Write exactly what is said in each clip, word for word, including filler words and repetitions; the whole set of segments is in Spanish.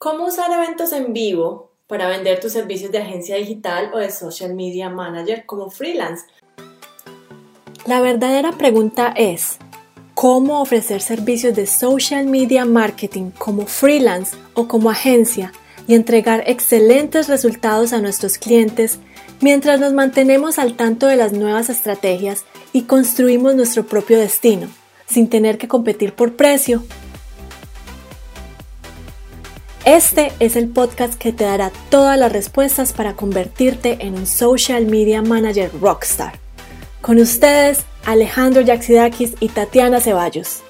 ¿Cómo usar eventos en vivo para vender tus servicios de agencia digital o de social media manager como freelance? La verdadera pregunta es, ¿cómo ofrecer servicios de social media marketing como freelance o como agencia y entregar excelentes resultados a nuestros clientes mientras nos mantenemos al tanto de las nuevas estrategias y construimos nuestro propio destino, sin tener que competir por precio? Este es el podcast que te dará todas las respuestas para convertirte en un social media manager rockstar. Con ustedes, Alejandro Yaxidakis y Tatiana Ceballos.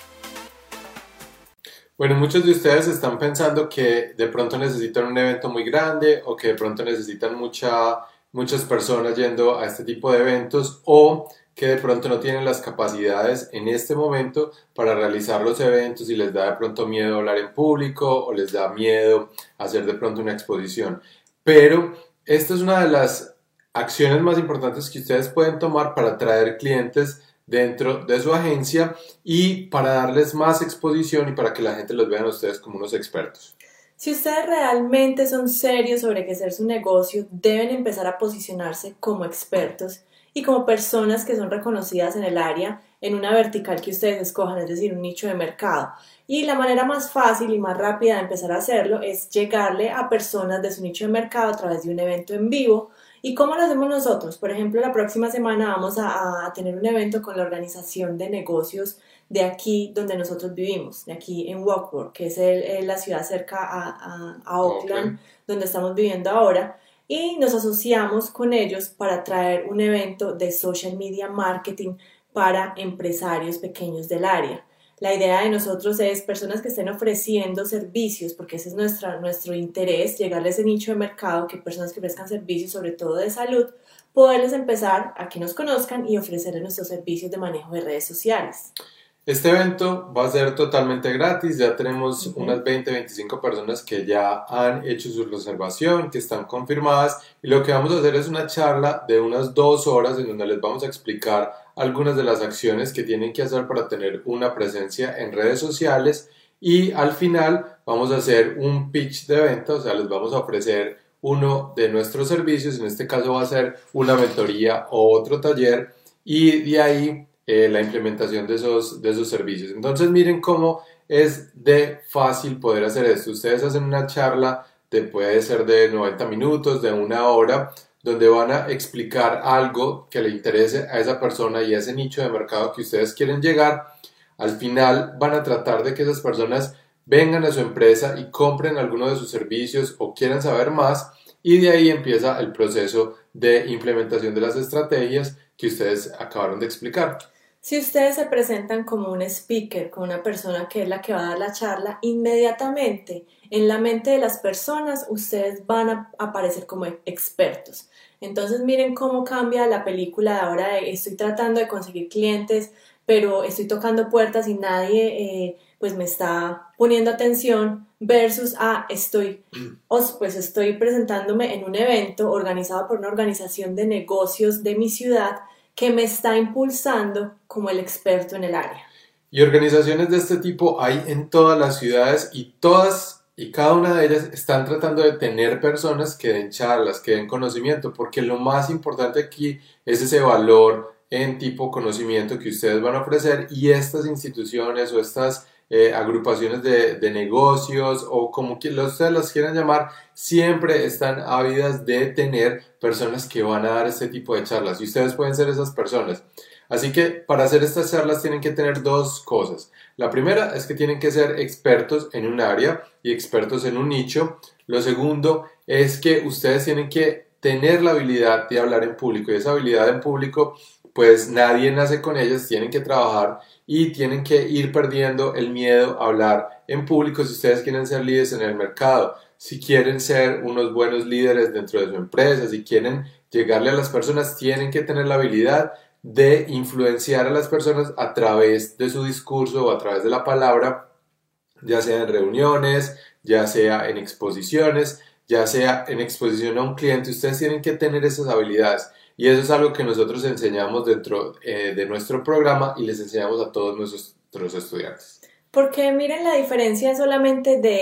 Bueno, muchos de ustedes están pensando que de pronto necesitan un evento muy grande o que de pronto necesitan mucha, muchas personas yendo a este tipo de eventos o que de pronto no tienen las capacidades en este momento para realizar los eventos y les da de pronto miedo hablar en público o les da miedo hacer de pronto una exposición. Pero esta es una de las acciones más importantes que ustedes pueden tomar para atraer clientes dentro de su agencia y para darles más exposición y para que la gente los vea a ustedes como unos expertos. Si ustedes realmente son serios sobre crecer su negocio, deben empezar a posicionarse como expertos y como personas que son reconocidas en el área, en una vertical que ustedes escojan, es decir, un nicho de mercado. Y la manera más fácil y más rápida de empezar a hacerlo es llegarle a personas de su nicho de mercado a través de un evento en vivo. ¿Y cómo lo hacemos nosotros? Por ejemplo, la próxima semana vamos a, a tener un evento con la organización de negocios de aquí donde nosotros vivimos, de aquí en Wartburg, que es el, el, la ciudad cerca a, a, a Oakland, okay, donde estamos viviendo ahora. Y nos asociamos con ellos para traer un evento de social media marketing para empresarios pequeños del área. La idea de nosotros es personas que estén ofreciendo servicios, porque ese es nuestra, nuestro interés, llegarle a ese nicho de mercado, que personas que ofrezcan servicios, sobre todo de salud, poderles empezar a que nos conozcan y ofrecerles nuestros servicios de manejo de redes sociales. Este evento va a ser totalmente gratis, ya tenemos uh-huh. unas veinte a veinticinco personas que ya han hecho su reservación, que están confirmadas, y lo que vamos a hacer es una charla de unas dos horas en donde les vamos a explicar algunas de las acciones que tienen que hacer para tener una presencia en redes sociales, y al final vamos a hacer un pitch de venta, o sea, les vamos a ofrecer uno de nuestros servicios, en este caso va a ser una mentoría o otro taller, y de ahí Eh, la implementación de esos, de esos servicios. Entonces miren cómo es de fácil poder hacer esto. Ustedes hacen una charla de, puede ser de noventa minutos, de una hora, donde van a explicar algo que le interese a esa persona y a ese nicho de mercado que ustedes quieren llegar. Al final van a tratar de que esas personas vengan a su empresa y compren alguno de sus servicios o quieran saber más, y de ahí empieza el proceso de implementación de las estrategias que ustedes acabaron de explicar. Si ustedes se presentan como un speaker, como una persona que es la que va a dar la charla, inmediatamente en la mente de las personas ustedes van a aparecer como expertos. Entonces miren cómo cambia la película de ahora de estoy tratando de conseguir clientes, pero estoy tocando puertas y nadie eh, pues me está poniendo atención, versus a estoy, pues estoy presentándome en un evento organizado por una organización de negocios de mi ciudad que me está impulsando como el experto en el área. Y organizaciones de este tipo hay en todas las ciudades, y todas y cada una de ellas están tratando de tener personas que den charlas, que den conocimiento, porque lo más importante aquí es ese valor en tipo conocimiento que ustedes van a ofrecer, y estas instituciones o estas eh, agrupaciones de, de negocios o como que ustedes las quieran llamar, siempre están ávidas de tener personas que van a dar este tipo de charlas, y ustedes pueden ser esas personas. Así que para hacer estas charlas tienen que tener dos cosas. La primera es que tienen que ser expertos en un área y expertos en un nicho. Lo segundo es que ustedes tienen que tener la habilidad de hablar en público, y esa habilidad en público pues nadie nace con ellas, tienen que trabajar y tienen que ir perdiendo el miedo a hablar en público si ustedes quieren ser líderes en el mercado, si quieren ser unos buenos líderes dentro de su empresa, si quieren llegarle a las personas, tienen que tener la habilidad de influenciar a las personas a través de su discurso o a través de la palabra, ya sea en reuniones, ya sea en exposiciones, ya sea en exposición a un cliente. Ustedes tienen que tener esas habilidades. Y eso es algo que nosotros enseñamos dentro eh, de nuestro programa y les enseñamos a todos nuestros, nuestros estudiantes. Porque miren la diferencia solamente de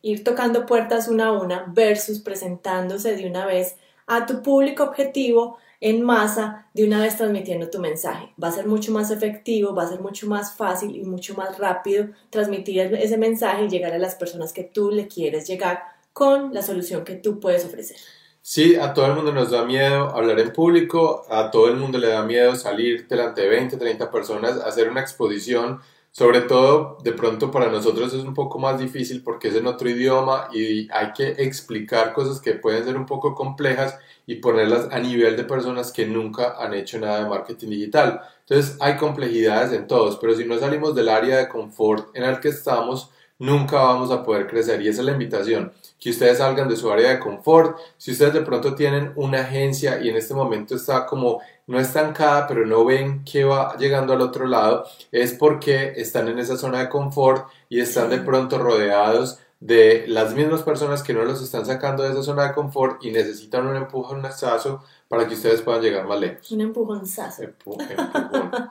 ir tocando puertas una a una versus presentándose de una vez a tu público objetivo en masa, de una vez transmitiendo tu mensaje. Va a ser mucho más efectivo, va a ser mucho más fácil y mucho más rápido transmitir ese mensaje y llegar a las personas que tú le quieres llegar con la solución que tú puedes ofrecer. Sí, a todo el mundo nos da miedo hablar en público, a todo el mundo le da miedo salir delante de veinte, treinta personas, hacer una exposición. Sobre todo, de pronto para nosotros es un poco más difícil porque es en otro idioma y hay que explicar cosas que pueden ser un poco complejas y ponerlas a nivel de personas que nunca han hecho nada de marketing digital. Entonces hay complejidades en todos, pero si no salimos del área de confort en el que estamos, nunca vamos a poder crecer, y esa es la invitación, que ustedes salgan de su área de confort. Si ustedes de pronto tienen una agencia y en este momento está como no estancada, pero no ven que va llegando al otro lado, es porque están en esa zona de confort y están de pronto rodeados de las mismas personas que no los están sacando de esa zona de confort y necesitan un empujonazo para que ustedes puedan llegar más lejos. Un empujonzazo. Empu- empujón.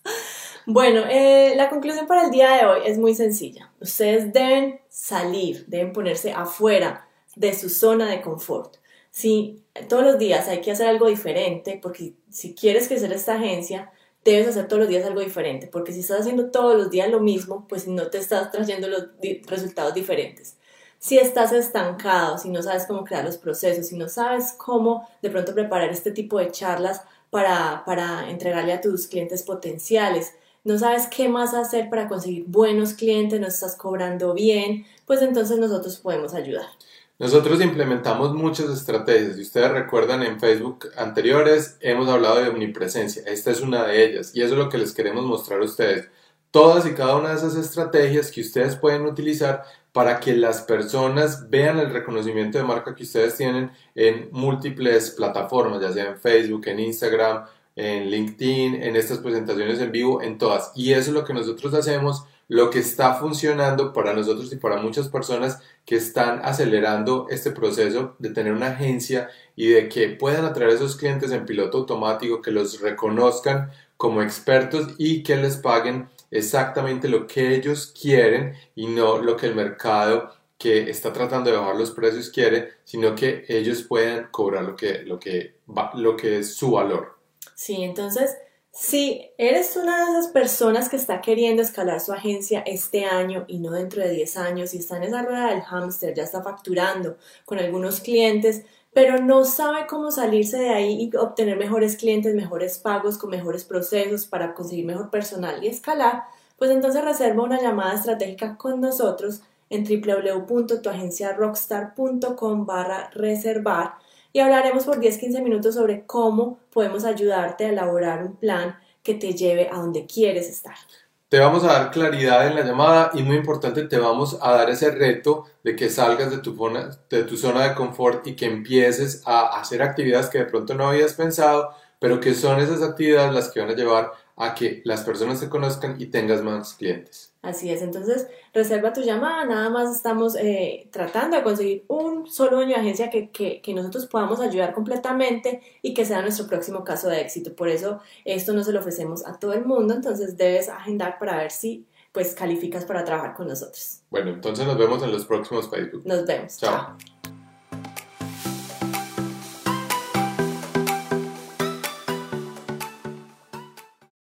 Bueno, eh, la conclusión para el día de hoy es muy sencilla. Ustedes deben salir, deben ponerse afuera de su zona de confort. Si todos los días hay que hacer algo diferente, porque si quieres crecer esta agencia, debes hacer todos los días algo diferente, porque si estás haciendo todos los días lo mismo, pues no te estás trayendo los di- resultados diferentes. Si estás estancado, si no sabes cómo crear los procesos, si no sabes cómo de pronto preparar este tipo de charlas para, para entregarle a tus clientes potenciales, no sabes qué más hacer para conseguir buenos clientes, no estás cobrando bien, pues entonces nosotros podemos ayudar. Nosotros implementamos muchas estrategias. Si ustedes recuerdan, en Facebook anteriores hemos hablado de omnipresencia. Esta es una de ellas y eso es lo que les queremos mostrar a ustedes. Todas y cada una de esas estrategias que ustedes pueden utilizar para que las personas vean el reconocimiento de marca que ustedes tienen en múltiples plataformas, ya sea en Facebook, en Instagram, en LinkedIn, en estas presentaciones en vivo, en todas. Y eso es lo que nosotros hacemos, lo que está funcionando para nosotros y para muchas personas que están acelerando este proceso de tener una agencia y de que puedan atraer a esos clientes en piloto automático, que los reconozcan como expertos y que les paguen exactamente lo que ellos quieren y no lo que el mercado que está tratando de bajar los precios quiere, sino que ellos puedan cobrar lo que, lo que, va, lo que es su valor. Sí, entonces, si eres una de esas personas que está queriendo escalar su agencia este año y no dentro de diez años, y está en esa rueda del hámster, ya está facturando con algunos clientes, pero no sabe cómo salirse de ahí y obtener mejores clientes, mejores pagos, con mejores procesos para conseguir mejor personal y escalar, pues entonces reserva una llamada estratégica con nosotros en w w w punto tu agencia rockstar punto com barra reservar y hablaremos por diez a quince minutos sobre cómo podemos ayudarte a elaborar un plan que te lleve a donde quieres estar. Te vamos a dar claridad en la llamada y, muy importante, te vamos a dar ese reto de que salgas de tu, zona, de tu zona de confort y que empieces a hacer actividades que de pronto no habías pensado, pero que son esas actividades las que van a llevar a que las personas te conozcan y tengas más clientes. Así es, entonces reserva tu llamada, nada más estamos eh, tratando de conseguir un solo dueño de agencia que, que, que nosotros podamos ayudar completamente y que sea nuestro próximo caso de éxito. Por eso esto no se lo ofrecemos a todo el mundo, entonces debes agendar para ver si pues calificas para trabajar con nosotros. Bueno, entonces nos vemos en los próximos Facebook. Nos vemos. Chao. Chao.